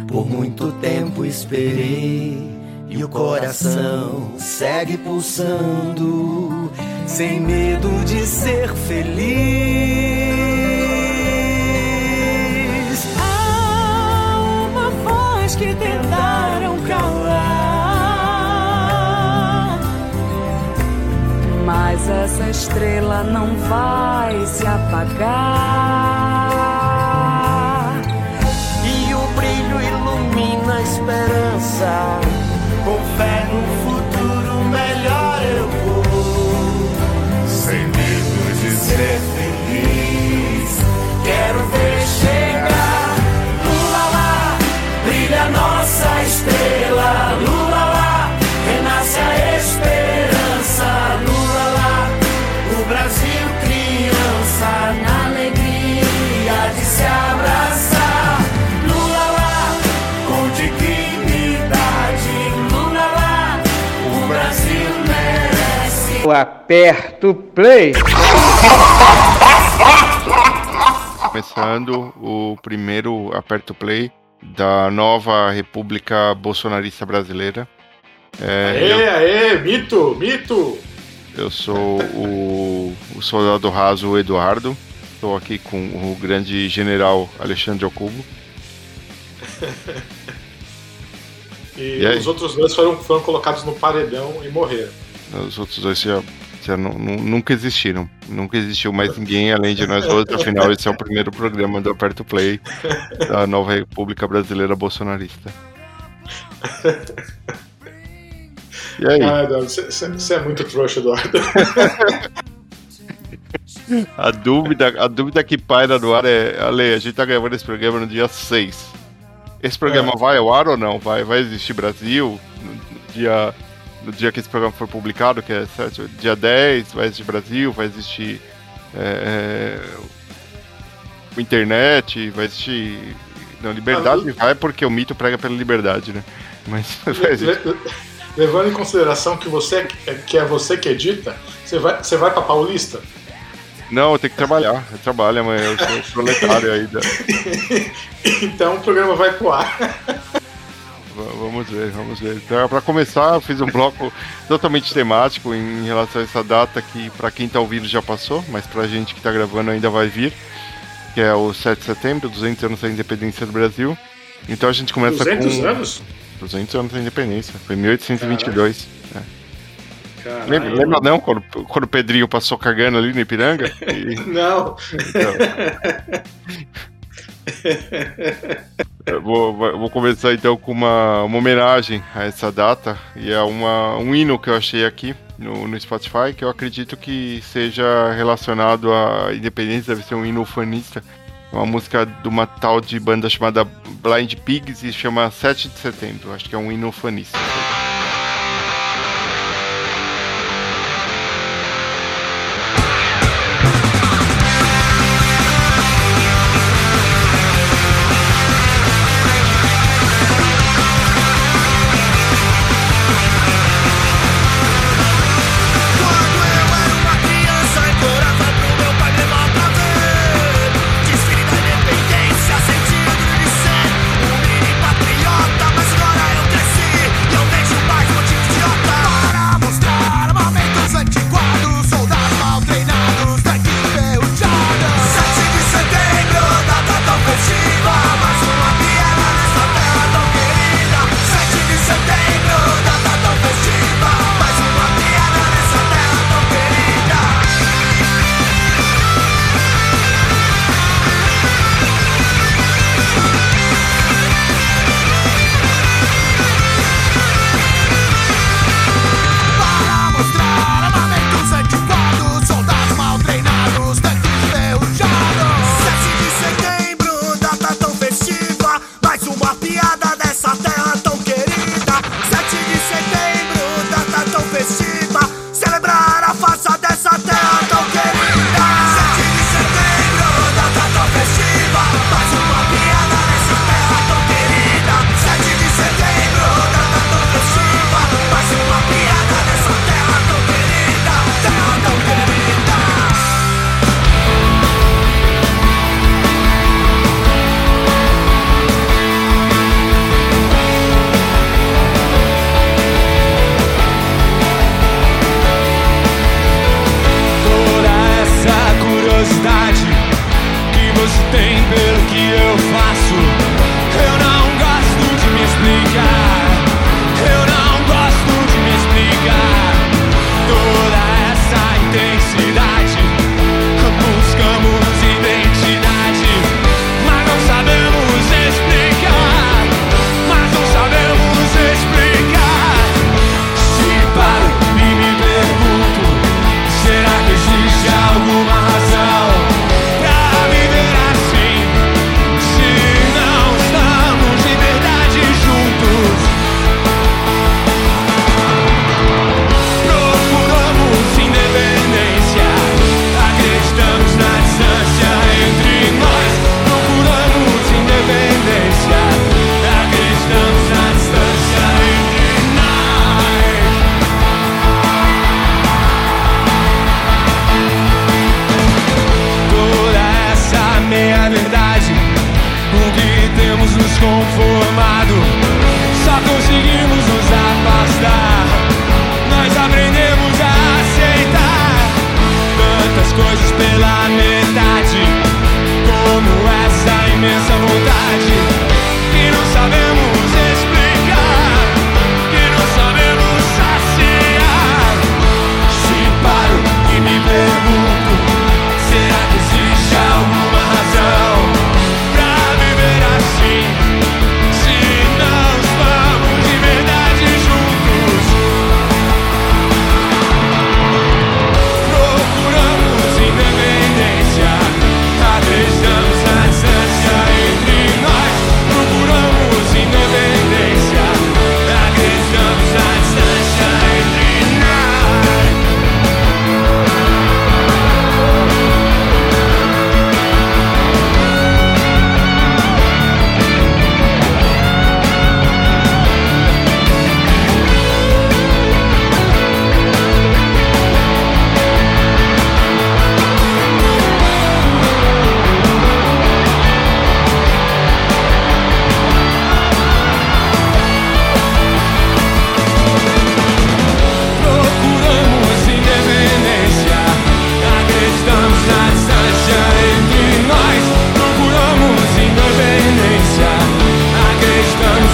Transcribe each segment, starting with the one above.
Por muito tempo esperei e o coração segue pulsando, sem medo de ser feliz. Há uma voz que tentaram calar, mas essa estrela não vai se apagar. E o brilho ilumina a esperança. Com fé no futuro melhor eu vou, sem medo de ser feliz. Quero ver chegar, lula lá, brilha nossa estrela, lula lá, renasce a esperança, lula lá, o Brasil criança, na alegria de se abraçar, lula lá, com dignidade, lula lá, o Brasil merece. Eu aperto play. Começando o primeiro Aperto Play da nova República Bolsonarista Brasileira. Aê, mito! Eu sou o soldado raso Eduardo. Estou aqui com o grande general Alexandre Ocubo. E os outros dois foram colocados no paredão e morreram. Os outros dois já nunca existiram. Nunca existiu mais ninguém além de nós dois. Afinal, esse é o primeiro programa do Aperto Play da nova República Brasileira Bolsonarista. E aí? Eduardo, você é muito trouxa, Eduardo. A dúvida que paira no ar é: Ale, a gente tá gravando esse programa no dia 6. Esse programa vai ao ar ou não? Vai existir Brasil no dia que esse programa for publicado, que é dia 10, vai existir Brasil, vai existir internet, vai existir... Não, liberdade vai porque o mito prega pela liberdade, né? Mas vai existir. Levando em consideração que é você que edita, você vai pra Paulista? Não, eu tenho que trabalhar. Eu trabalho amanhã, eu sou proletário ainda. Então o programa vai pro ar. Vamos ver. Então, para começar, eu fiz um bloco totalmente temático em relação a essa data que, para quem tá ouvindo, já passou, mas pra gente que tá gravando ainda vai vir, que é o 7 de setembro, 200 anos da independência do Brasil. Então a gente começa 200 anos? 200 anos da independência, foi 1822. Caralho. Lembra não, quando o Pedrinho passou cagando ali no Ipiranga? Não. Eu vou começar então com uma homenagem a essa data, e é um hino que eu achei aqui no Spotify, que eu acredito que seja relacionado à independência, deve ser um hino ufanista. É uma música de uma tal de banda chamada Blind Pigs e chama 7 de setembro, acho que é um hino ufanista. Patriota, mas agora eu cresci e eu vejo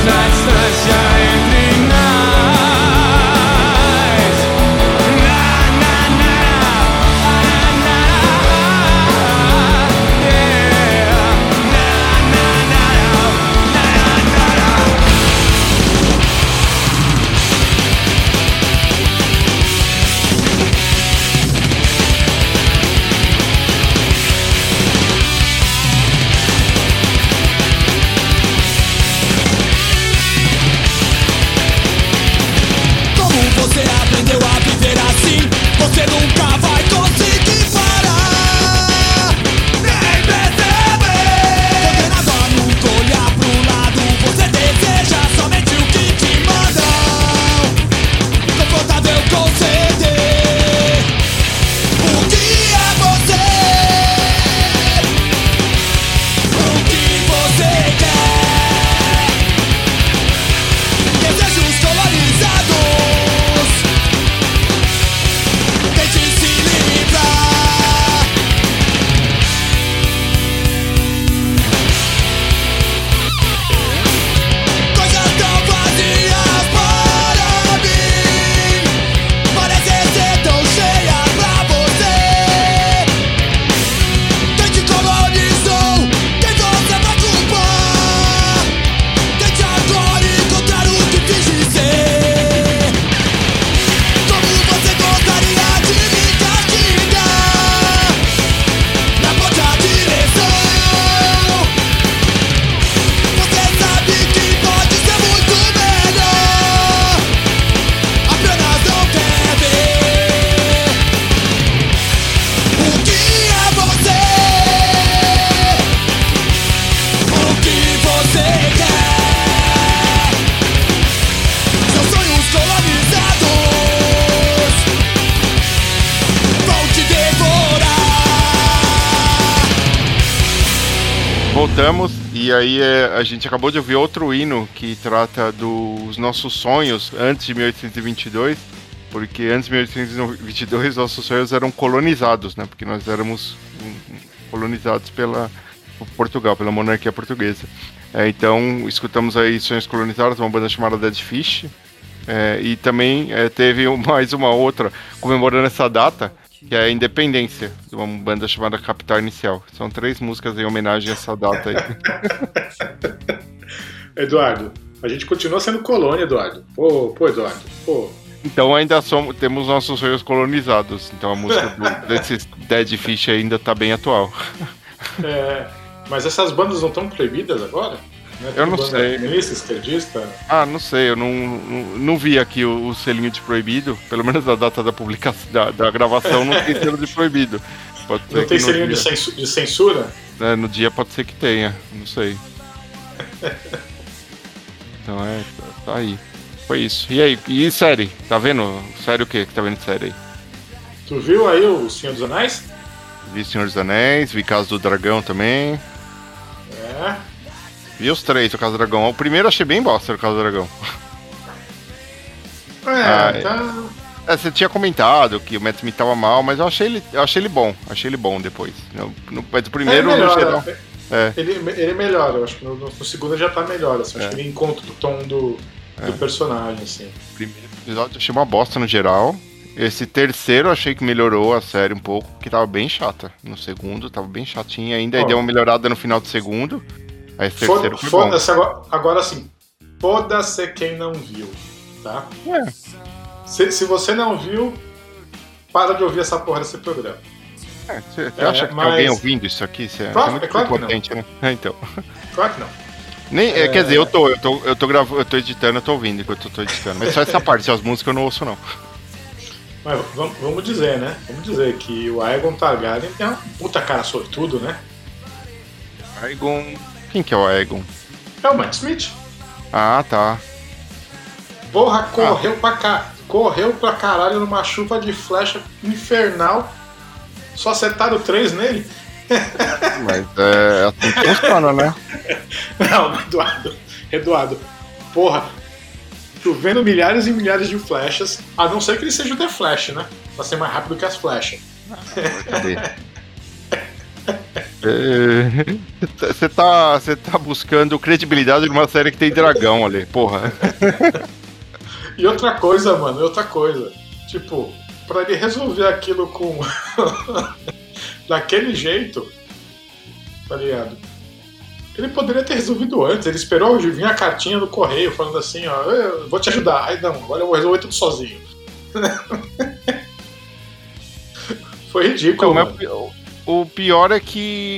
na distância entre nós. Na, na, na, na, yeah. Na, na, na, na, na, na. Você aprendeu a viver assim, você nunca vai conseguir parar. Nem perceber. Condenado a nunca olhar pro lado, você deseja somente o que te mandam. Confortável conceder. O que é você? O que você quer? Desejos colonizados. Tente se livrar. Coisas tão vazias para mim, parecem ser tão cheias pra você. Quem te colonizou, quem você vai culpar? Tente agora encontrar o que finge ser. Como você gostaria de me castigar? Na outra direção. Você sabe que pode ser muito melhor, apenas não quer ver. O que é você? O que você quer? Seus sonhos colonizados vão te devorar. Voltamos, e aí a gente acabou de ouvir outro hino que trata dos nossos sonhos antes de 1822, porque antes de 1822 nossos sonhos eram colonizados, né? Porque nós éramos colonizados por Portugal, pela monarquia portuguesa. Então escutamos aí Sonhos Colonizados, uma banda chamada Dead Fish, e também teve mais uma outra comemorando essa data, que é a Independência, de uma banda chamada Capital Inicial. São 3 músicas em homenagem a essa data aí. Eduardo, a gente continua sendo colônia, Eduardo. Pô, Eduardo. Pô. Então ainda temos nossos sonhos colonizados. Então a música desses Dead Fish ainda tá bem atual. Mas essas bandas não estão proibidas agora? Né? Eu não sei. Comunista, esquerdista? Ah, não sei, eu não vi aqui o selinho de proibido. Pelo menos a data da publicação, da gravação não tem selo de proibido. Pode ser não tem selinho de censura? No dia pode ser que tenha, não sei. Então tá aí. Foi isso. E aí, e série? Tá vendo? Série o quê que tá vendo de série aí? Tu viu aí o Senhor dos Anéis? Vi Senhor dos Anéis, vi Casa do Dragão também. Vi os 3 do Casa do Dragão. O primeiro achei bem bosta do Casa do Dragão. Você tinha comentado que o Matt Smith tava mal, mas eu achei ele bom. Achei ele bom depois. Mas o primeiro, no geral... Ele melhora, eu acho que no segundo já tá melhor, assim, acho que ele encontra o tom do personagem, assim. O primeiro episódio eu achei uma bosta no geral. Esse terceiro eu achei que melhorou a série um pouco, porque tava bem chata. No segundo tava bem chatinha ainda, aí deu uma melhorada no final do segundo. Aí esse terceiro foi bom. Agora sim, foda-se quem não viu, tá? Se você não viu, para de ouvir essa porra desse programa. Você acha que tem alguém ouvindo isso aqui? Claro, é muito importante, né? Então. Claro que não. Quer dizer, eu tô gravando, eu tô editando, eu tô ouvindo enquanto eu tô editando. Mas só essa parte, as músicas eu não ouço, não. Mas vamos dizer, né? Vamos dizer que o Aegon Targaryen é um puta cara sortudo, né? Aegon... Quem que é o Aegon? É o Matt Smith. Ah, tá. Porra, correu pra caralho numa chuva de flecha infernal. Só acertaram 3 nele. Mas é assim que funciona, né? Não, Eduardo. Porra, chovendo milhares e milhares de flechas, a não ser que ele seja o The Flash, né? Pra ser mais rápido que as flechas. Cadê? Você tá buscando credibilidade numa série que tem dragão ali, porra. E outra coisa, mano, Tipo, pra ele resolver aquilo com. daquele jeito, tá ligado? Ele poderia ter resolvido antes. Ele esperou vir a cartinha do correio falando assim: ó, eu vou te ajudar. Aí não, agora eu vou resolver tudo sozinho. Foi ridículo. Não, o pior é que.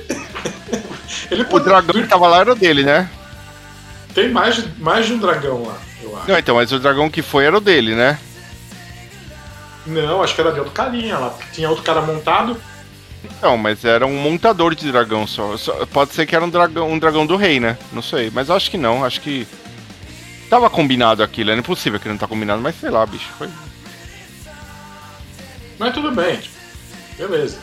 O dragão que tava lá era o dele, né? Tem mais de um dragão lá, eu acho. Não, então, mas o dragão que foi era o dele, né? Não, acho que era de outro carinha lá. Tinha outro cara montado. Não, mas era um montador de dragão só. Pode ser que era um dragão do rei, né? Não sei, mas acho que não. Acho que tava combinado aquilo. É impossível que não tá combinado, mas sei lá, bicho. Foi. Mas tudo bem. Beleza.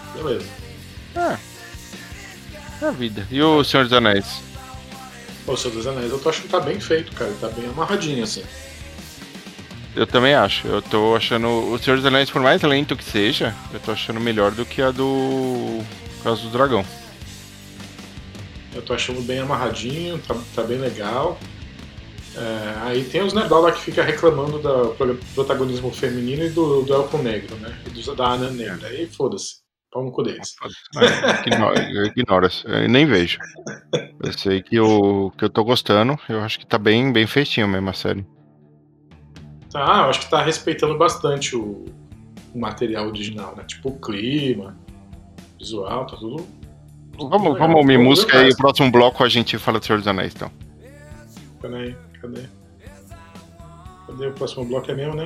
É a vida. E o Senhor dos Anéis? O Senhor dos Anéis eu tô achando que tá bem feito, cara. Tá bem amarradinho, assim. Eu também acho. Eu tô achando o Senhor dos Anéis, por mais lento que seja, eu tô achando melhor do que a do Caso do Dragão. Eu tô achando bem amarradinho, tá bem legal. Aí tem os nerdola que fica reclamando do protagonismo feminino e do elfo negro, né? E da Ana Negra. Aí foda-se. Pau no cu deles. Eu ignoro, eu nem vejo. Eu sei que eu tô gostando, eu acho que tá bem feitinho mesmo a série. Tá, eu acho que tá respeitando bastante o material original, né? Tipo o clima, visual, tá tudo. Vamos ouvir música e o próximo bloco a gente fala do Senhor dos Anéis, então. Cadê? Cadê o próximo bloco? É meu, né?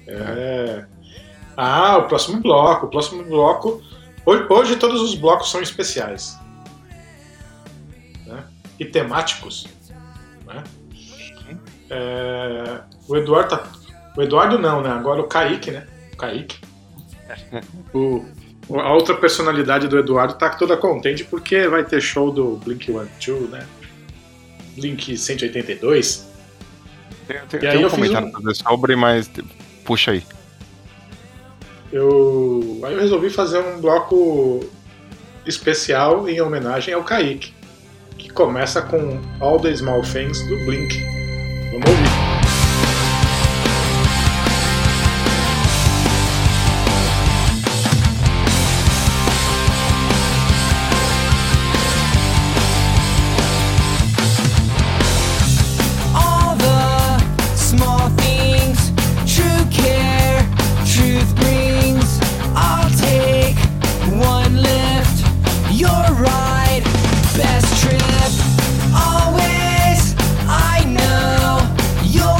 O próximo bloco. Hoje todos os blocos são especiais. Né? E temáticos. Né? O Eduardo não, né? Agora o Kaique, né? O Kaique. A outra personalidade do Eduardo tá toda contente porque vai ter show do Blink-182, né? Blink 182. Tem um comentário pra fazer sobre, mas puxa aí. Aí eu resolvi fazer um bloco especial em homenagem ao Kaique, que começa com All the Small Things do Blink. Vamos ouvir. All the small things, true care, truth brings. I'll take one lift, you're right, best trip. Always, I know you're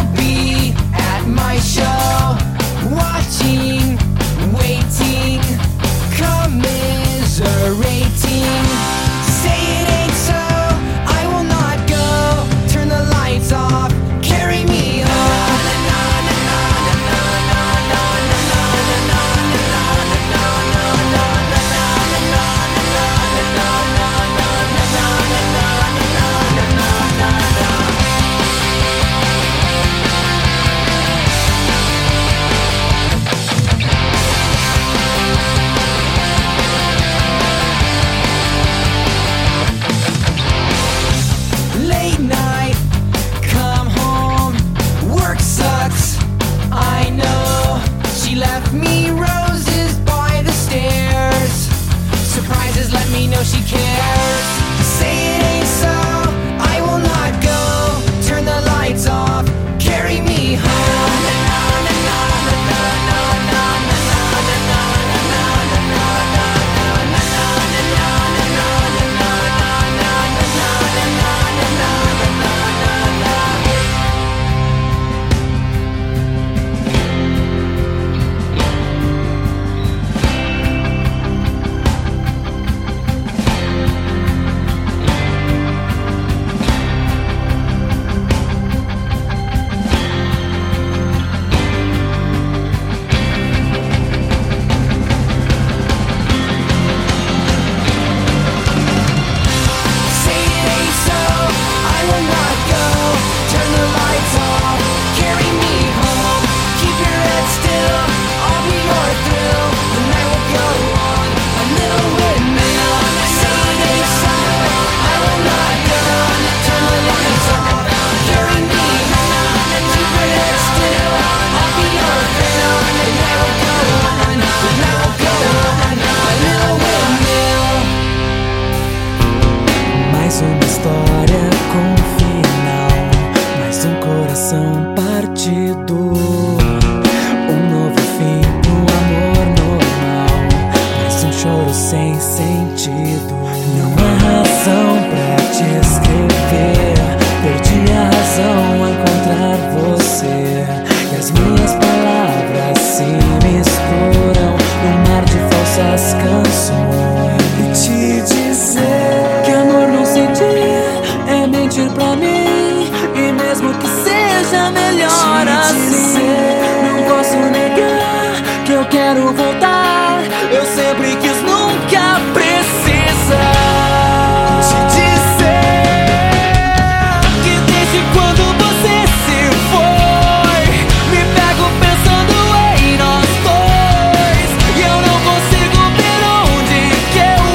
seja melhor assim. Não posso negar que eu quero voltar. Eu sempre quis, nunca precisa te dizer que desde quando você se foi, me pego pensando em nós dois, e eu não consigo ver onde que eu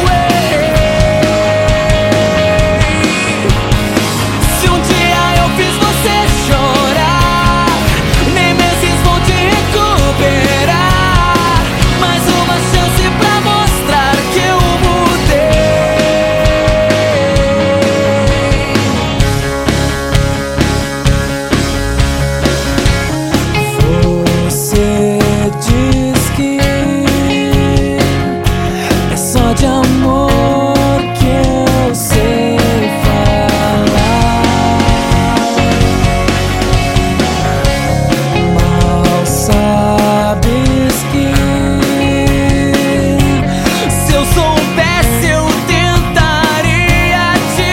errei. Se um dia eu fiz você chorar, nem meses vão te recuperar. Mais uma chance pra mostrar que eu mudei. Você diz que é só de amor que eu sei falar. Mal sabes que se eu soubesse eu tentaria te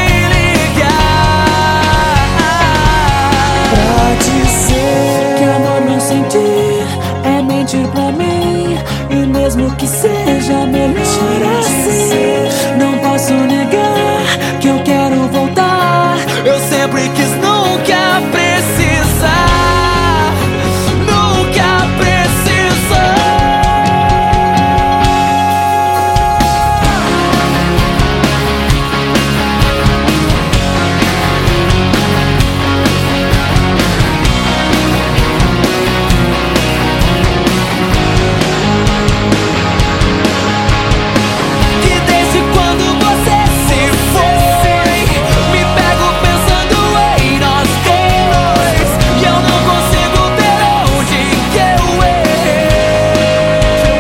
ligar pra dizer que amor não sentir é mentir pra mim, e mesmo que seja melhor assim, não posso negar que eu quero voltar. Eu sempre quis, nunca precisar, nunca precisar. Que desde quando você se foi, me pego pensando em nós dois, e eu não consigo ver onde que eu errei.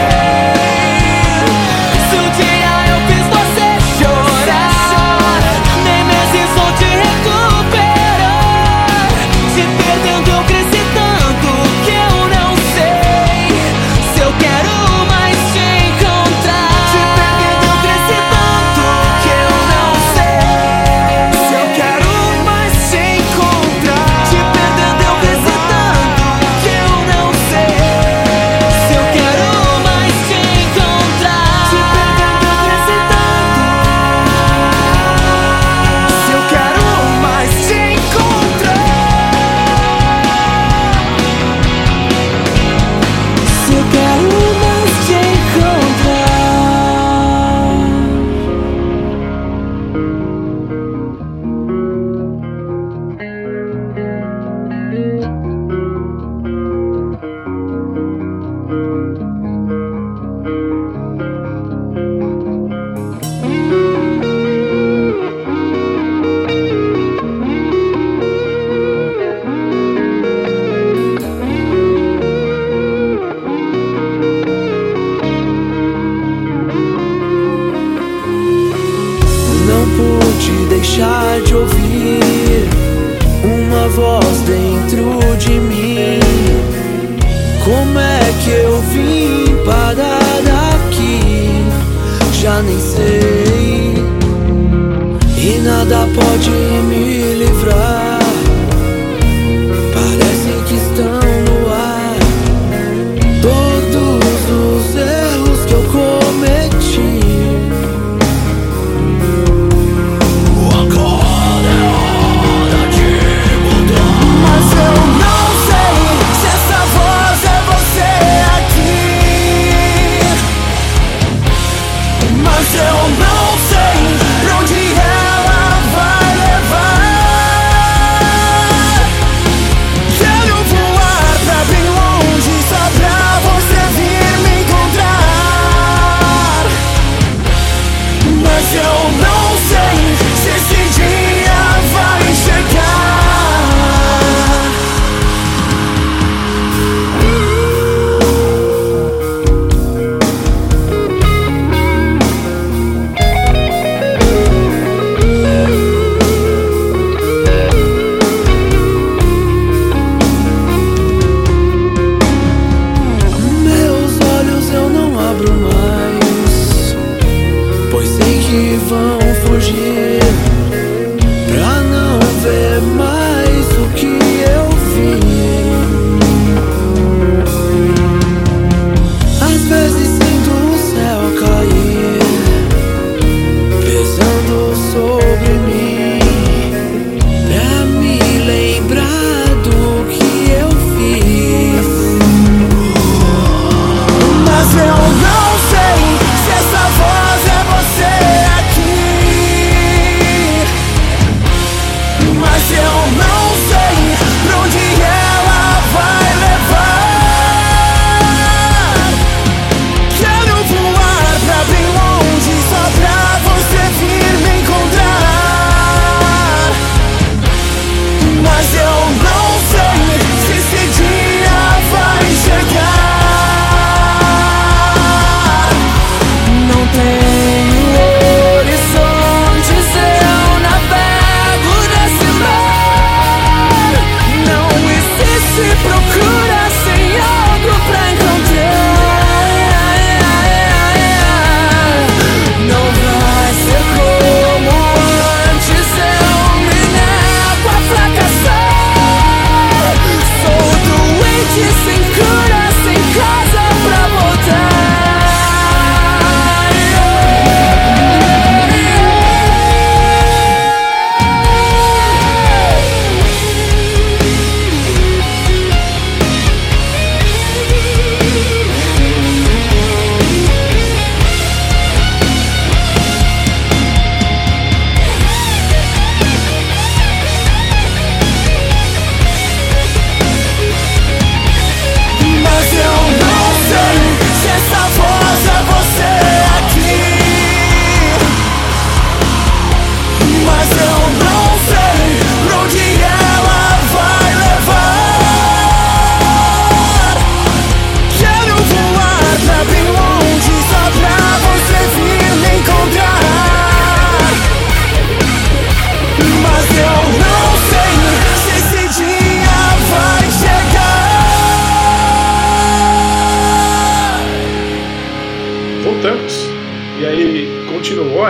Se um dia eu fiz você chorar, nem meses vão te recuperar. Te perdendo eu cresci tanto que eu não sei se eu quero mais te encontrar. Te perdendo eu cresci tanto que eu não sei se eu quero mais te encontrar. Te perdendo eu cresci tanto que eu não sei se eu quero mais te encontrar. Te perdendo eu cresci tanto se eu quero mais te encontrar. Se eu quero mais te encontrar. Não pude deixar de ouvir uma voz dentro de mim. Como é que eu vim parar aqui? Já nem sei, e nada pode me livrar. Parece que estão no ar todos os erros que eu cometi. Mas eu não sei se essa voz é você aqui. Mas eu não sei pra onde ela vai levar.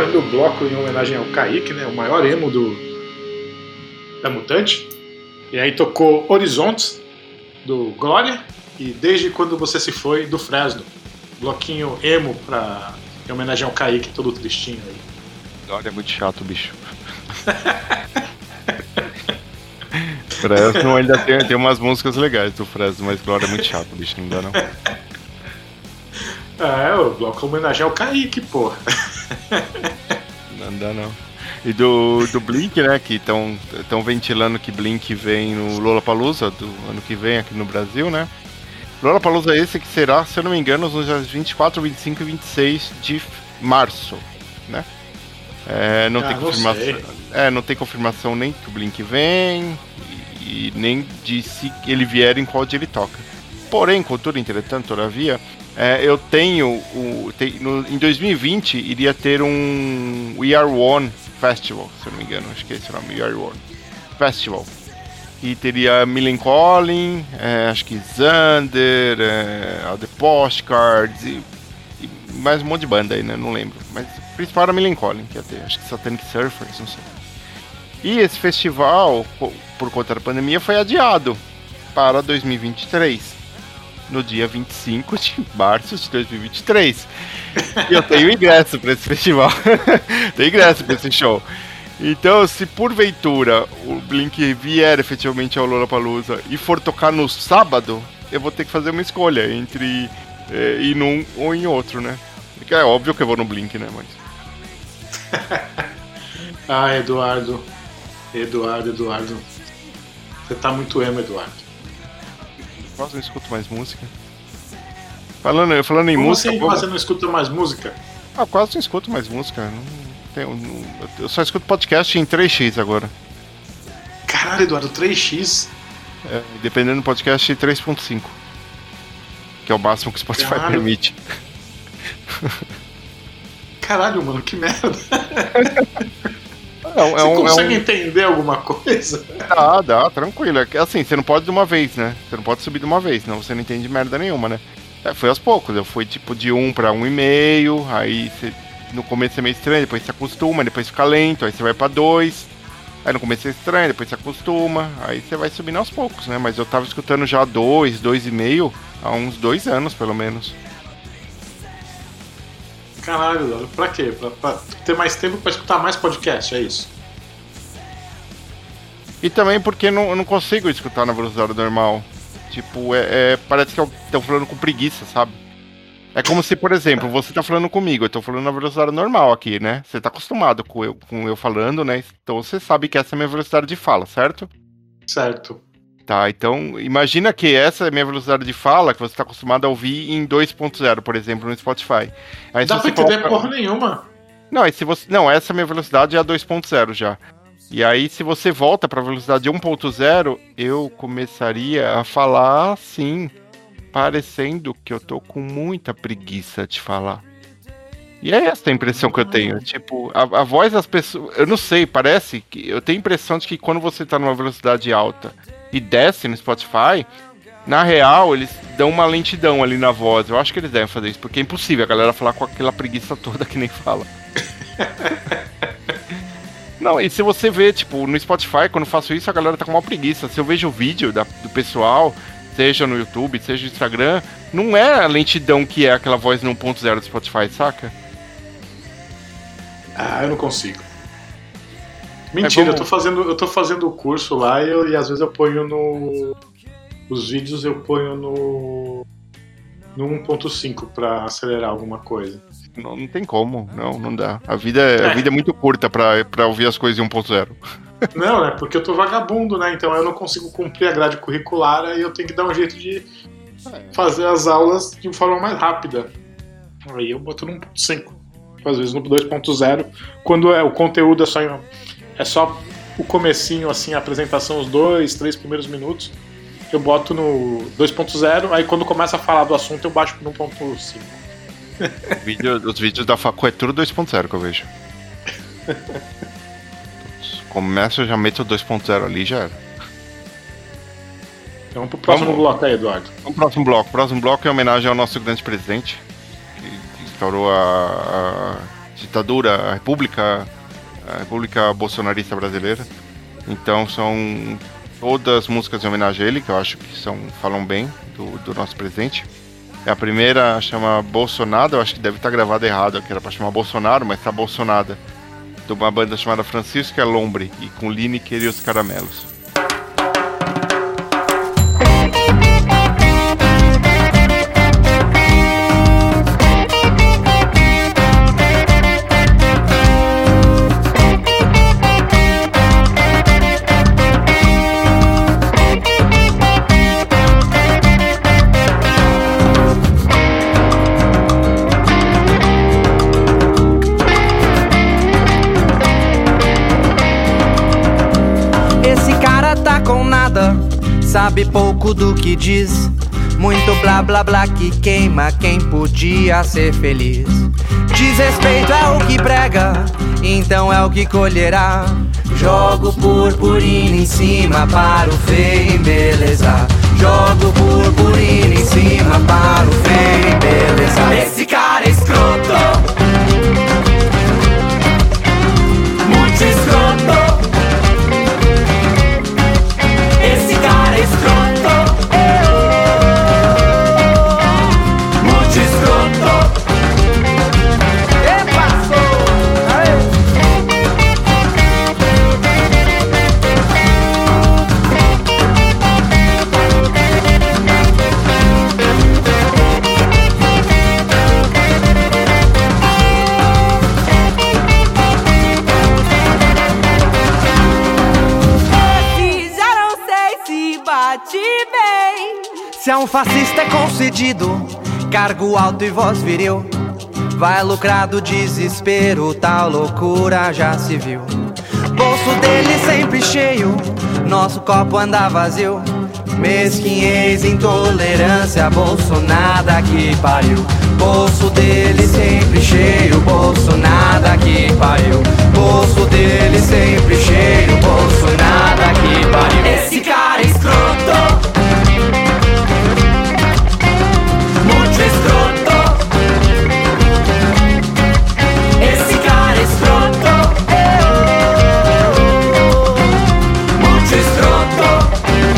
fazendo o bloco em homenagem ao Kaique, né? O maior emo da Mutante. E aí tocou Horizontes, do Glória, e Desde Quando Você Se Foi, do Fresno. Bloquinho emo em homenagem ao Kaique, todo tristinho aí. Glória é muito chato, bicho. Fresno ainda tem umas músicas legais do Fresno, mas Glória é muito chato, bicho, não dá não. O bloco em homenagem ao Kaique, porra. Não dá não. E do Blink, né, que estão ventilando que Blink vem no Lollapalooza do ano que vem aqui no Brasil, né? Lollapalooza esse que será, se eu não me engano, nos dias 24, 25 e 26 de março, né? Não tem confirmação. Não tem confirmação nem que o Blink vem e nem de se ele vier em qual dia ele toca. Porém, contudo, entretanto, todavia, eu tenho em 2020 iria ter um We Are One Festival, se eu não me engano, acho que é esse o nome, We Are One Festival. E teria Millencolin, acho que Xander, The Postcards e mais um monte de banda aí, né? Não lembro. Mas o principal era Millencolin, que ia ter, acho que Satanic Surfers, não sei. E esse festival, por conta da pandemia, foi adiado para 2023. No dia 25 de março de 2023. E eu tenho ingresso para esse festival. Tenho ingresso para esse show. Então, se porventura o Blink vier efetivamente ao Lollapalooza e for tocar no sábado, eu vou ter que fazer uma escolha entre ir num ou em outro, né? Porque é óbvio que eu vou no Blink, né? Mas... Eduardo. Você tá muito emo, Eduardo. Quase não escuto mais música. Falando em Como música... Como você não escuta mais música? Quase não escuto mais música. Eu só escuto podcast em 3x agora. Caralho, Eduardo, 3x? Dependendo do podcast, 3.5. Que é o máximo que o Spotify permite. Caralho, mano, que merda. Você consegue entender alguma coisa? Dá, tranquilo. Assim, você não pode de uma vez, né? Você não pode subir de uma vez, senão você não entende merda nenhuma, né? Foi aos poucos, eu fui tipo de 1 para 1,5, aí no começo é meio estranho, depois você acostuma, depois fica lento, aí você vai pra 2, aí no começo é estranho, depois você acostuma, aí você vai subindo aos poucos, né? Mas eu tava escutando já 2,5 há uns 2 anos, pelo menos. Caralho, pra quê? Pra ter mais tempo pra escutar mais podcast, é isso? E também porque eu não consigo escutar na velocidade normal. Tipo, parece que eu tô falando com preguiça, sabe? É como se, por exemplo, você tá falando comigo, eu tô falando na velocidade normal aqui, né? Você tá acostumado com eu falando, né? Então você sabe que essa é a minha velocidade de fala, certo? Certo. Tá, então imagina que essa é a minha velocidade de fala, que você tá acostumado a ouvir em 2.0, por exemplo, no Spotify. Aí, dá pra entender porra nenhuma. Não, essa é a minha velocidade é a 2.0 já. E aí, se você volta pra velocidade 1.0, eu começaria a falar assim, parecendo que eu tô com muita preguiça de falar. E é essa a impressão que eu tenho. Tipo, a voz das pessoas... Eu não sei, parece que... Eu tenho a impressão de que quando você tá numa velocidade alta e desce no Spotify, na real, eles dão uma lentidão ali na voz. Eu acho que eles devem fazer isso, porque é impossível a galera falar com aquela preguiça toda que nem fala. Não, e se você vê, tipo, no Spotify, quando eu faço isso, a galera tá com uma preguiça. Se eu vejo o vídeo do pessoal, seja no YouTube, seja no Instagram, não é a lentidão que é aquela voz no 1.0 do Spotify, saca? Eu não consigo. Mentira, eu tô fazendo o curso lá e às vezes eu ponho os vídeos eu ponho no 1.5 pra acelerar alguma coisa. Não tem como, não dá. A vida é muito curta pra ouvir as coisas em 1.0. Não, né? Porque eu tô vagabundo, né? Então eu não consigo cumprir a grade curricular e eu tenho que dar um jeito de fazer as aulas de forma mais rápida. Aí eu boto no 1.5. Às vezes no 2.0, quando o conteúdo é só o comecinho, assim, a apresentação, os 2-3 primeiros minutos, eu boto no 2.0, aí quando começa a falar do assunto eu baixo pro 1.5. Os vídeos da facu é tudo 2.0 que eu vejo. Começa, eu já meto o 2.0 ali, já era. Então vamos pro próximo bloco aí, Eduardo. Vamos pro próximo bloco. O próximo bloco é em homenagem ao nosso grande presidente, que instaurou a ditadura, a República Bolsonarista Brasileira. Então são todas músicas em homenagem a ele, que eu acho que falam bem do nosso presidente. A primeira chama Bolsonaro, eu acho que deve estar gravada errado, que era para chamar Bolsonaro, mas tá Bolsonada, de uma banda chamada Francisco Lombre, e com Lineker e os Caramelos. Sabe pouco do que diz, muito blá blá blá que queima quem podia ser feliz. Desrespeito é o que prega, então é o que colherá. Jogo purpurina em cima para o feio embelezar. Jogo purpurina em cima para o feio embelezar. Esse cara é escroto, muito escroto. Esse cara é escroto, muito escroto. Se a um fascista é concedido cargo alto e voz viril, vai lucrar do desespero, tal loucura já se viu. Bolso dele sempre cheio, nosso copo anda vazio. Mesquinhez, intolerância, Bolsonaro que pariu. Bolso dele sempre cheio, Bolsonaro que pariu. Bolso dele sempre cheio, Bolsonaro que pariu. Esse cara é escroto, muito escroto. Esse cara é escroto, muito escroto.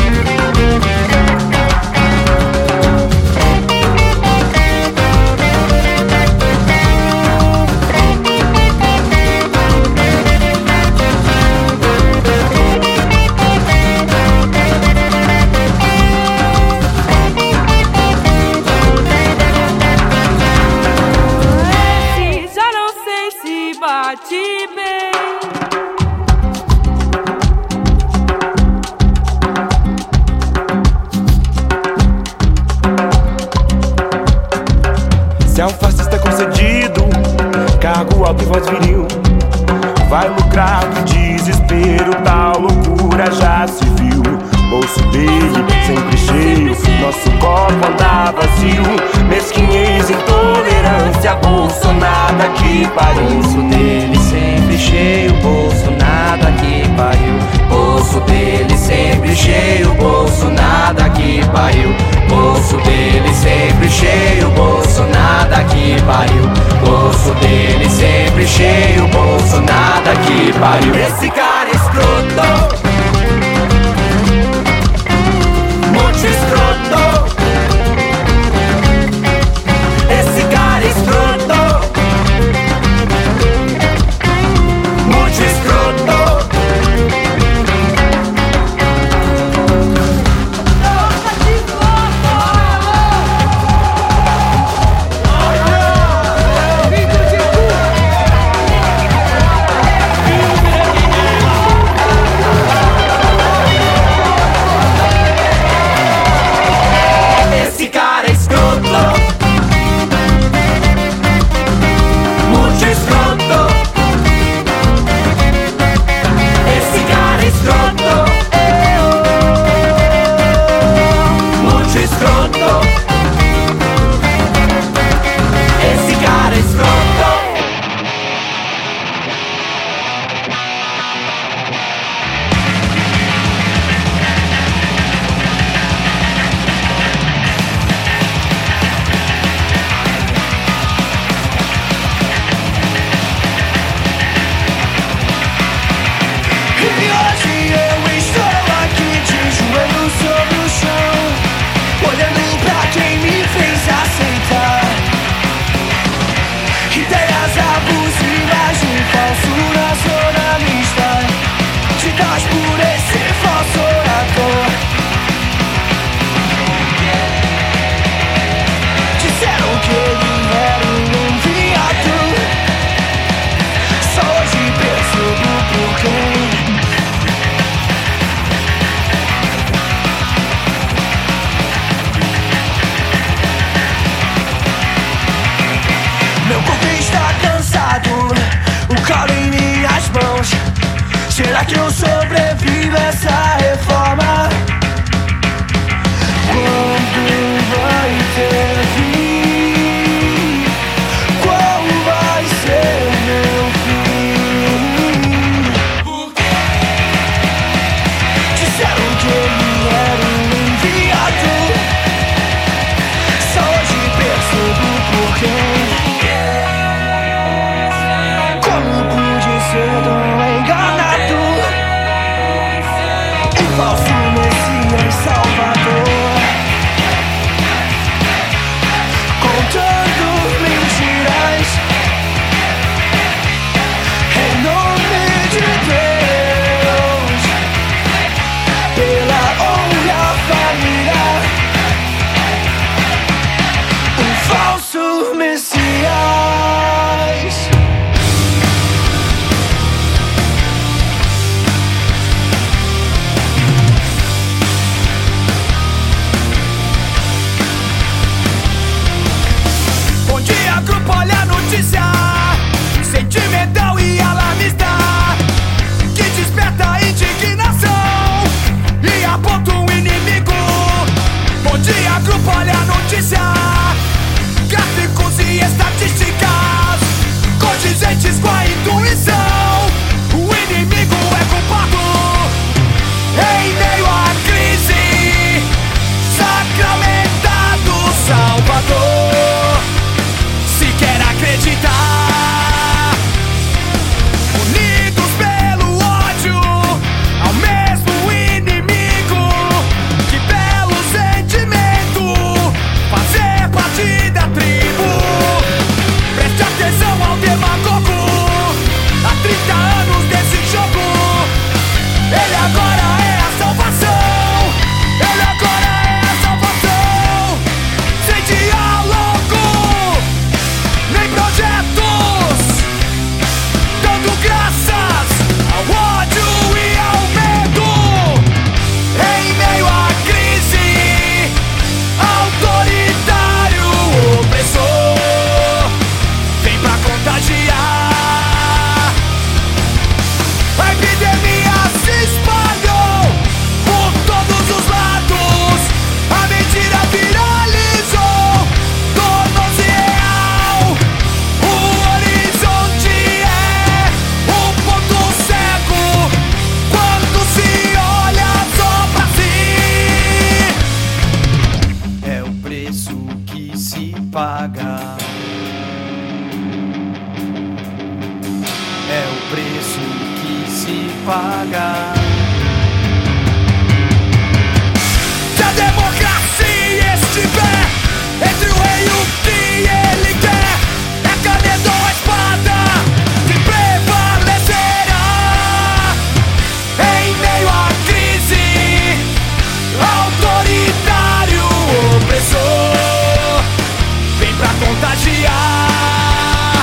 Se é um fascista concedido cargo alto e voz viril, vai lucrar do desespero, tal loucura já se viu. Bolso dele sempre cheio, nosso copo anda vazio. Mesquinhez, intolerância, Bolsonaro que pariu. Bolso dele sempre cheio, Bolsonaro que pariu. Bolso dele sempre cheio, Bolsonaro que pariu. Bolso dele sempre cheio, Bolsonaro que pariu. Bolso dele sempre cheio, Bolsonaro que pariu. Esse cara é escroto, muito escroto. Esse cara é escroto, muito escroto. pra que eu sobreviva essa reforma? Quando vai ter fim? Qual vai ser meu fim? Disseram que ele era um enviado, só hoje percebo porquê. Como pude ser tão enganado? Um falso Messias Salvador, contando mentiras em nome de Deus, pela honra e a família. Um falso Messias. Bom dia, grupo, olha a notícia sentimental e alarmista que desperta indignação e aponta um inimigo. Bom dia, grupo, olha a notícia, gráficos e estatísticas condizentes com a intuição. O inimigo é culpado em meio à crise, sacramentado Salvador. Se quer acreditar, unidos pelo ódio ao mesmo inimigo, que belo sentimento fazer parte da tribo. Preste atenção ao demagogo, há 30 anos desse jogo. Ele agora é a salvação, ele agora é a salvação. Sem diálogo nem projetos, dando graças ao ódio e ao medo. Em meio à crise, autoritário, opressor, vem pra contagiar. A epidemia se espalhou por todos os lados, a mentira viralizou, tornou-se real. O horizonte é um ponto cego quando se olha só pra si. É o preço que se paga. É o preço que se paga. Se a democracia estiver entre o rei e o que ele quer, é a caneta ou a espada que prevalecerá. Em meio à crise, autoritário, opressor, vem pra contagiar.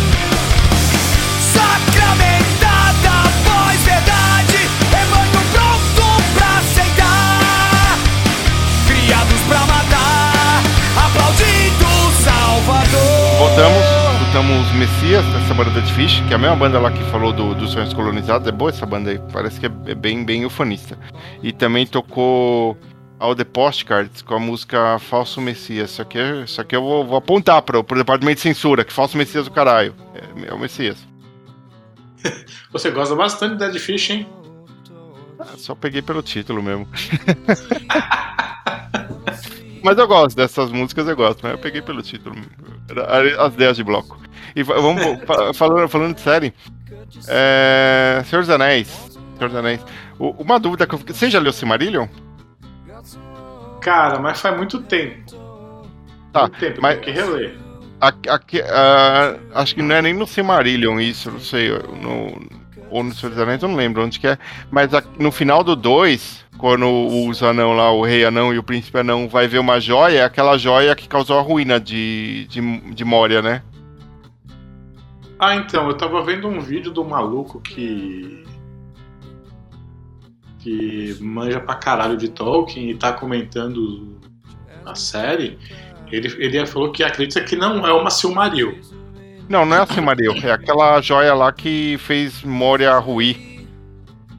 Sacramentada voz, verdade, rebanho pronto pra aceitar. Criados pra matar, aplaudindo Salvador. Voltamos, escutamos Messias, dessa banda Dead Fish, que é a mesma banda lá que falou dos sonhos colonizados. É boa essa banda aí, parece que é bem ufanista. E também tocou All the Postcards com a música Falso Messias. Isso aqui eu vou apontar pro departamento de censura, que Falso Messias do caralho. É o Messias. Você gosta bastante de Dead Fish, hein? Só peguei pelo título mesmo. Mas eu gosto dessas músicas, mas eu peguei pelo título. As ideias de bloco. E vamos falando de série. Senhor dos Anéis. Uma dúvida que eu fiquei. Você já leu Silmarillion? Cara, mas faz muito tempo. Tá, Muito tempo, mas tem que reler. acho que não é nem no Silmarillion isso, não sei. Ou no Senhor dos Anéis, eu não lembro onde que é. Mas no final do 2, quando os anão lá, o rei anão e o príncipe anão vai ver uma joia, é aquela joia que causou a ruína de Moria, né? Ah, então, eu tava vendo um vídeo do maluco que manja pra caralho de Tolkien e tá comentando a série. Ele falou que acredita que não é uma Silmaril. Não é a Silmaril, é aquela joia lá que fez Moria ruir.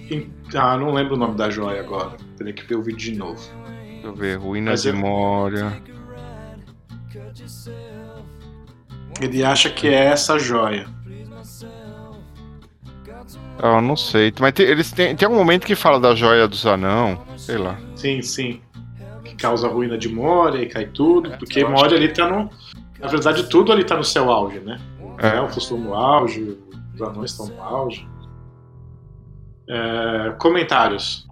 Não lembro o nome da joia agora. Teria que ver o vídeo de novo. Deixa eu ver, Ruína Mas de eu- Moria. Ele acha que é essa joia. Ah, eu não sei. Mas eles tem algum momento que fala da joia dos anão, sei lá. Sim, sim. Que causa ruína de Moria e cai tudo. Porque eu acho Moria ali tá no. Na verdade, tudo ali tá no seu auge, né? Os É. elfos estão no auge, os anões estão no auge. Comentários.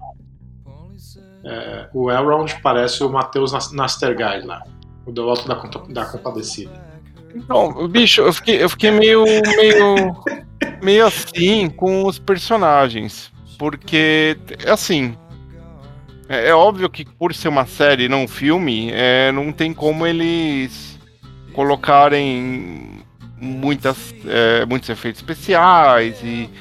O Elrond parece o Matheus Nastergaard lá. O do Alto da Compadecida. Não, bicho, eu fiquei meio assim com os personagens. Porque, assim, é óbvio que por ser uma série e não um filme, não tem como eles colocarem muitos efeitos especiais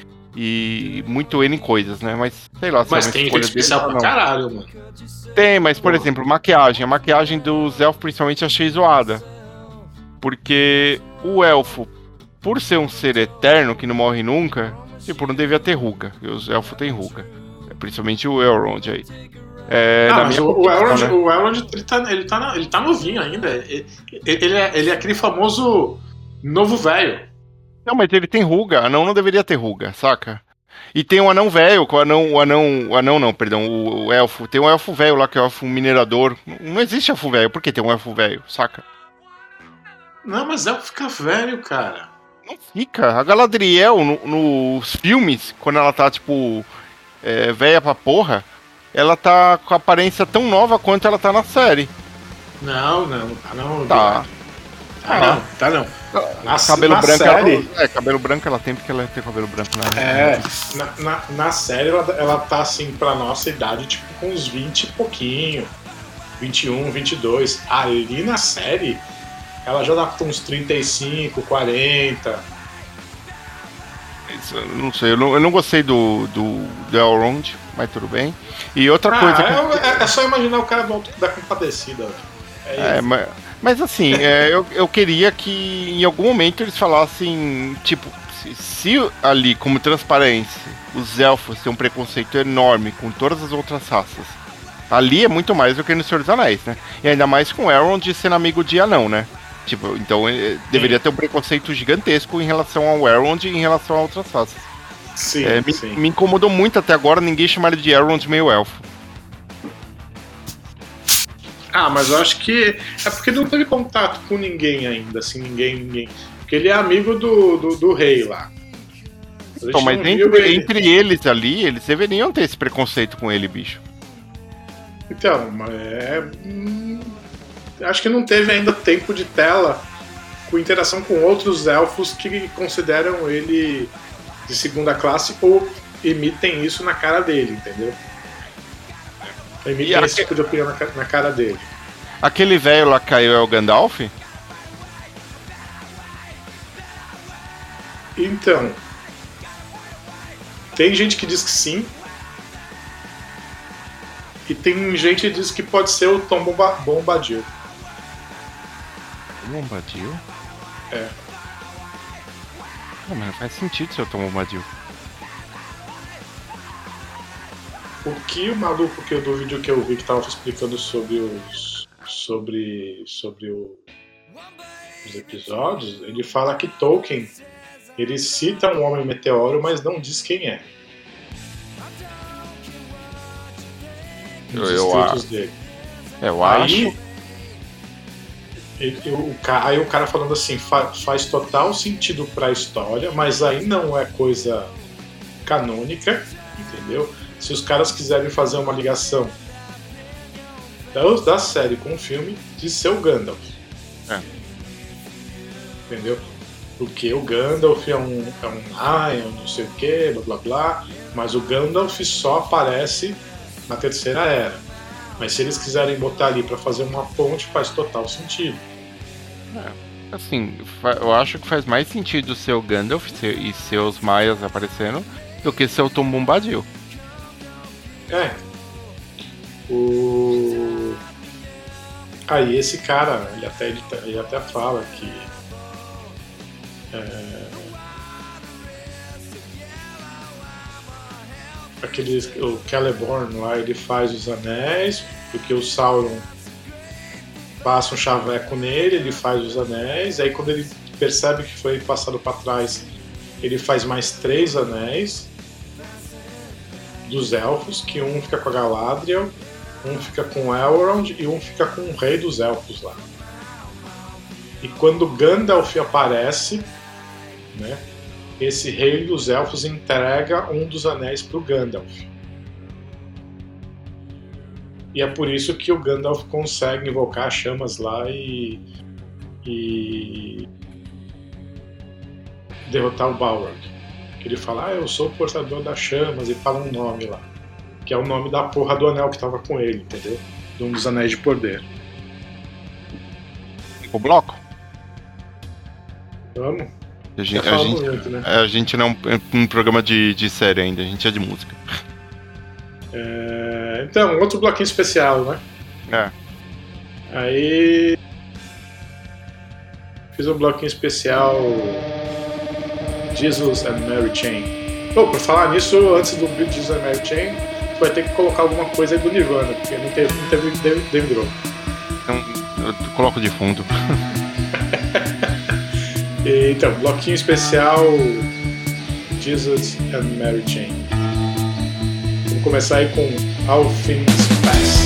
e muito N coisas, né? Mas, sei lá, se Mas é uma tem escolha efeito especial deles pra ou não. caralho, mano. Tem, mas, por Porra. exemplo, maquiagem. A maquiagem dos elfos, principalmente, achei zoada. Porque o elfo, por ser um ser eterno que não morre nunca, tipo, não devia ter ruga. E os elfos têm ruga. Principalmente o Elrond aí. Na Mas minha o opinião, Elrond, né? o Elrond ele tá novinho ainda. Ele é aquele famoso novo velho. Não, mas ele tem ruga. Anão não deveria ter ruga, saca? E tem um anão velho, o anão não, perdão, o elfo. Tem um elfo velho lá que é o elfo minerador. Não existe elfo velho. Por que tem um elfo velho, saca? Não, mas elfo fica velho, cara. Não fica. A Galadriel, nos filmes, quando ela tá, tipo, velha pra porra, ela tá com a aparência tão nova quanto ela tá na série. Não, Tá. Tá não. Cabelo na branco, série, cabelo branco ela tem porque ela tem cabelo branco, né? na série ela tá assim pra nossa idade, tipo com uns 20 e pouquinho, 21, 22. Ali na série, ela já dá com uns 35, 40. Isso, eu não sei, eu não gostei do Elrond, mas tudo bem. E outra coisa que... É só imaginar o cara do Alto da Compadecida. Mas assim, eu queria que em algum momento eles falassem, tipo, se ali, como transparência, os elfos têm um preconceito enorme com todas as outras raças, ali é muito mais do que no Senhor dos Anéis, né? E ainda mais com o Elrond sendo amigo de anão, né? Tipo, então deveria ter um preconceito gigantesco em relação ao Elrond e em relação a outras raças. Sim, sim. Me incomodou muito até agora ninguém chamar ele de Elrond meio elfo. Mas eu acho que é porque não teve contato com ninguém ainda, assim, ninguém. Porque ele é amigo do rei lá. A gente Então, mas não viu ele. entre eles ali, eles deveriam ter esse preconceito com ele, bicho. Então, acho que não teve ainda tempo de tela com interação com outros elfos que consideram ele de segunda classe ou emitem isso na cara dele, entendeu? Emitem esse tipo de opinião na cara dele. Aquele velho lá que caiu é o Gandalf? Então, tem gente que diz que sim, e tem gente que diz que pode ser o Tom Bombadil. Bombadil? É. Não, mas não faz sentido ser o Tom Bombadil. O que o maluco do vídeo que eu vi que tava explicando sobre os episódios, ele fala que Tolkien, ele cita um homem meteoro, mas não diz quem é. Nos escritos dele. Eu Aí, acho. Aí o cara falando assim, faz total sentido pra história, mas aí não é coisa canônica, entendeu? Se os caras quiserem fazer uma ligação da série com o filme, de ser o Gandalf. Entendeu? Porque o Gandalf é um não sei o que, blá blá blá, mas o Gandalf só aparece na Terceira Era. Mas se eles quiserem botar ali pra fazer uma ponte, faz total sentido. Assim, eu acho que faz mais sentido ser o Gandalf e ser os Maias aparecendo do que ser o Tom Bombadil. Aí esse cara, ele até fala que o Celeborn lá, ele faz os anéis, porque o Sauron passa um chaveco nele, ele faz os anéis, aí quando ele percebe que foi passado para trás, ele faz mais 3 anéis dos elfos, que um fica com a Galadriel, um fica com o Elrond e um fica com o rei dos elfos lá. E quando Gandalf aparece, né, esse rei dos elfos entrega um dos anéis para o Gandalf. E é por isso que o Gandalf consegue invocar as chamas lá e derrotar o Balrog. Que ele fala, eu sou o portador das chamas, e fala um nome lá. Que é o nome da porra do anel que tava com ele, entendeu? De um dos anéis de poder. O bloco? Vamos? A gente não é um programa de série ainda, a gente é de música. Então, outro bloquinho especial, né? Aí fiz um bloquinho especial Jesus and Mary Chain. Por falar nisso, antes do Jesus and Mary Chain, tu vai ter que colocar alguma coisa aí do Nirvana, porque não teve Dave Grohl. Então, eu coloco de fundo. Então, bloquinho especial Jesus and Mary Chain. Vamos começar aí com All Things Pass.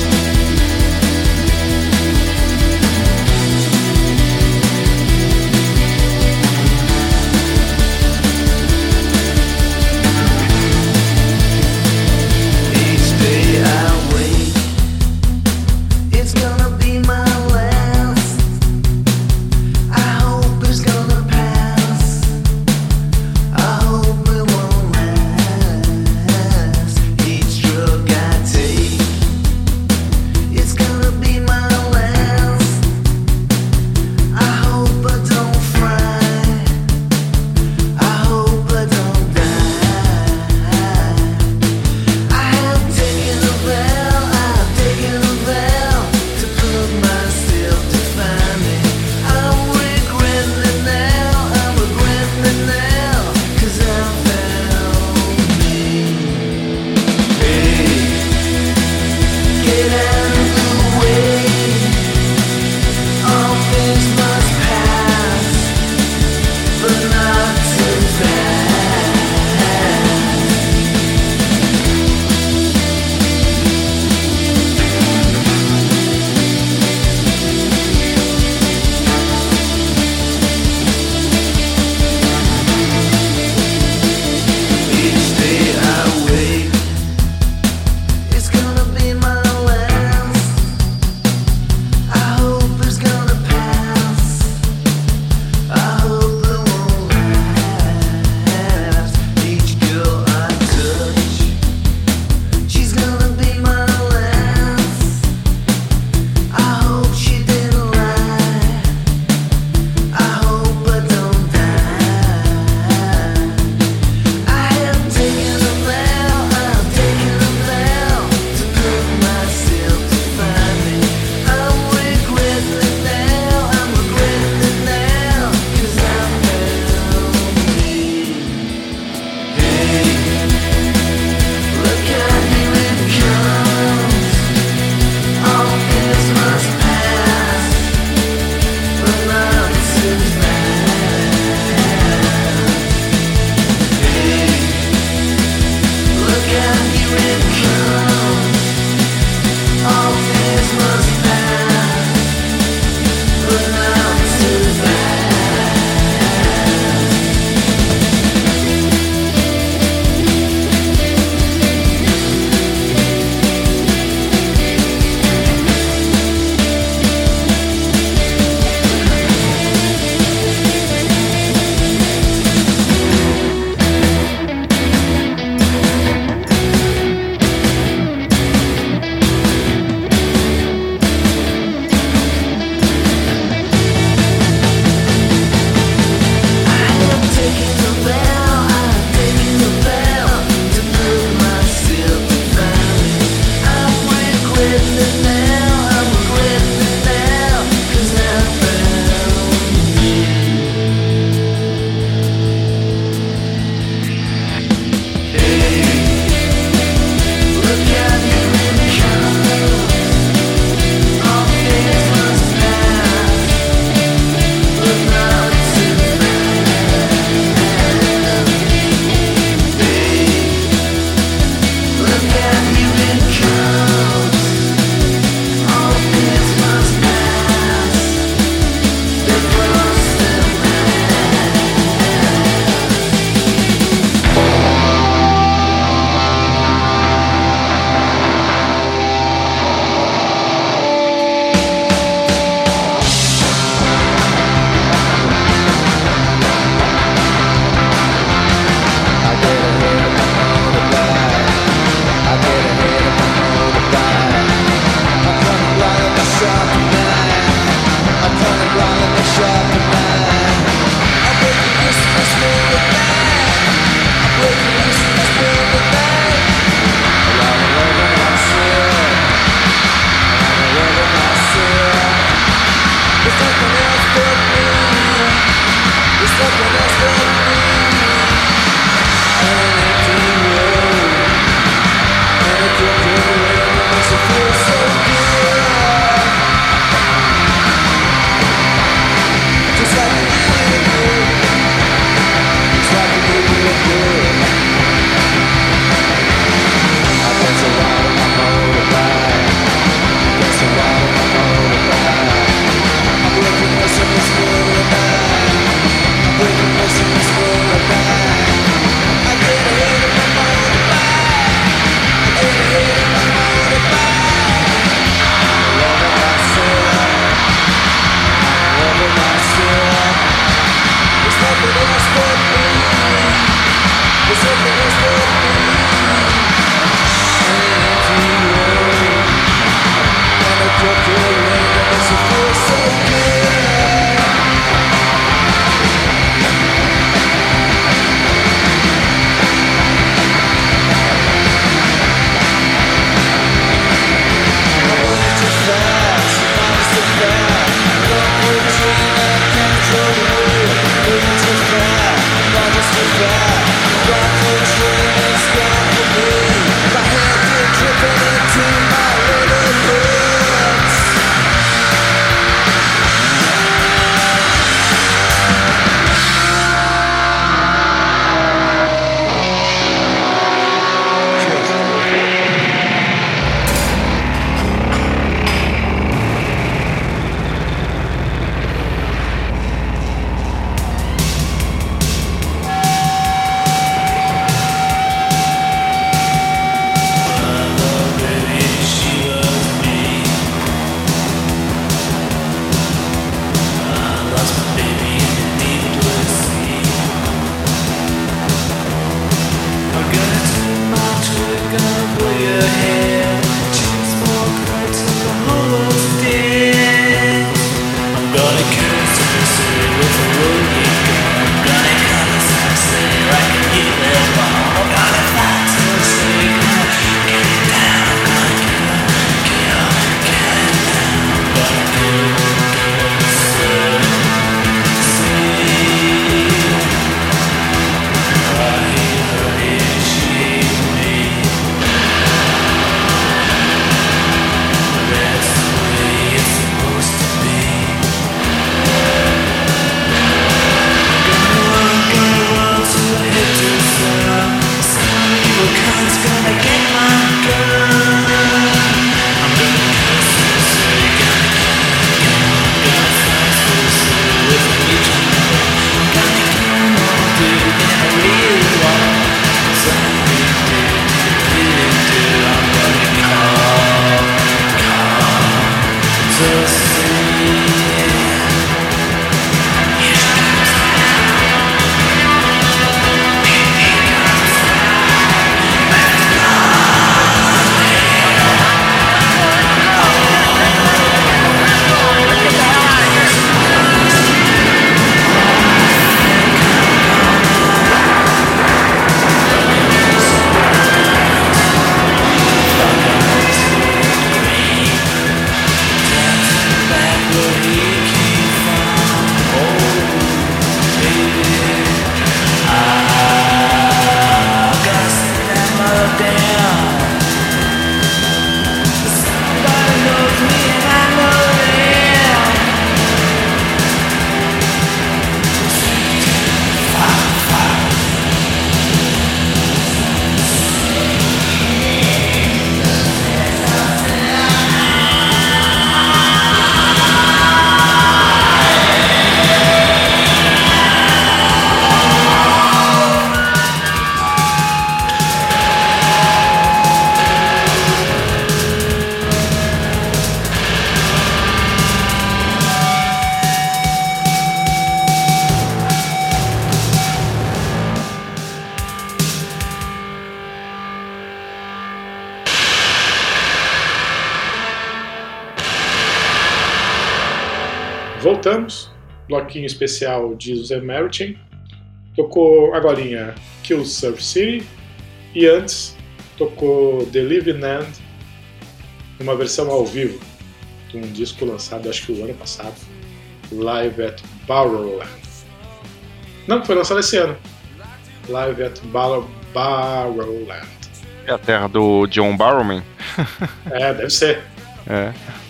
Voltamos, bloquinho especial de José Meritin. Tocou agorinha Kill Surf City e antes tocou The Living End, uma versão ao vivo de um disco lançado acho que o ano passado, Live at Barrowland. Não, foi lançado esse ano. Live at Barrowland. É a terra do John Barrowman? Deve ser. É.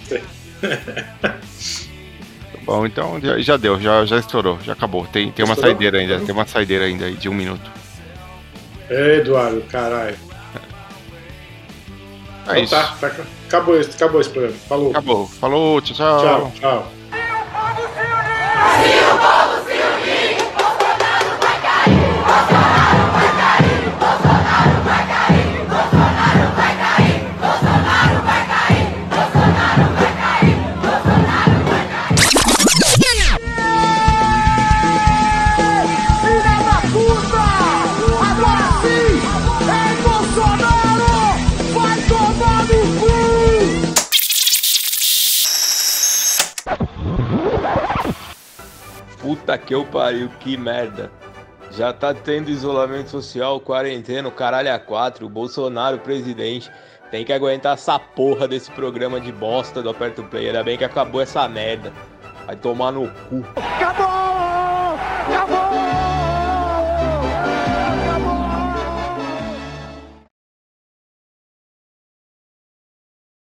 Bom, então já deu, já estourou, já acabou. Tem uma saideira ainda, tem uma saideira ainda aí de 1 minuto. Eduardo, caralho. É isso. Tá. Acabou esse programa. Falou. Acabou. Falou, tchau. Tchau. Puta que eu pariu, que merda. Já tá tendo isolamento social, quarentena, caralho a 4, o Bolsonaro presidente. Tem que aguentar essa porra desse programa de bosta do Aperto Play. Ainda bem que acabou essa merda. Vai tomar no cu. Acabou!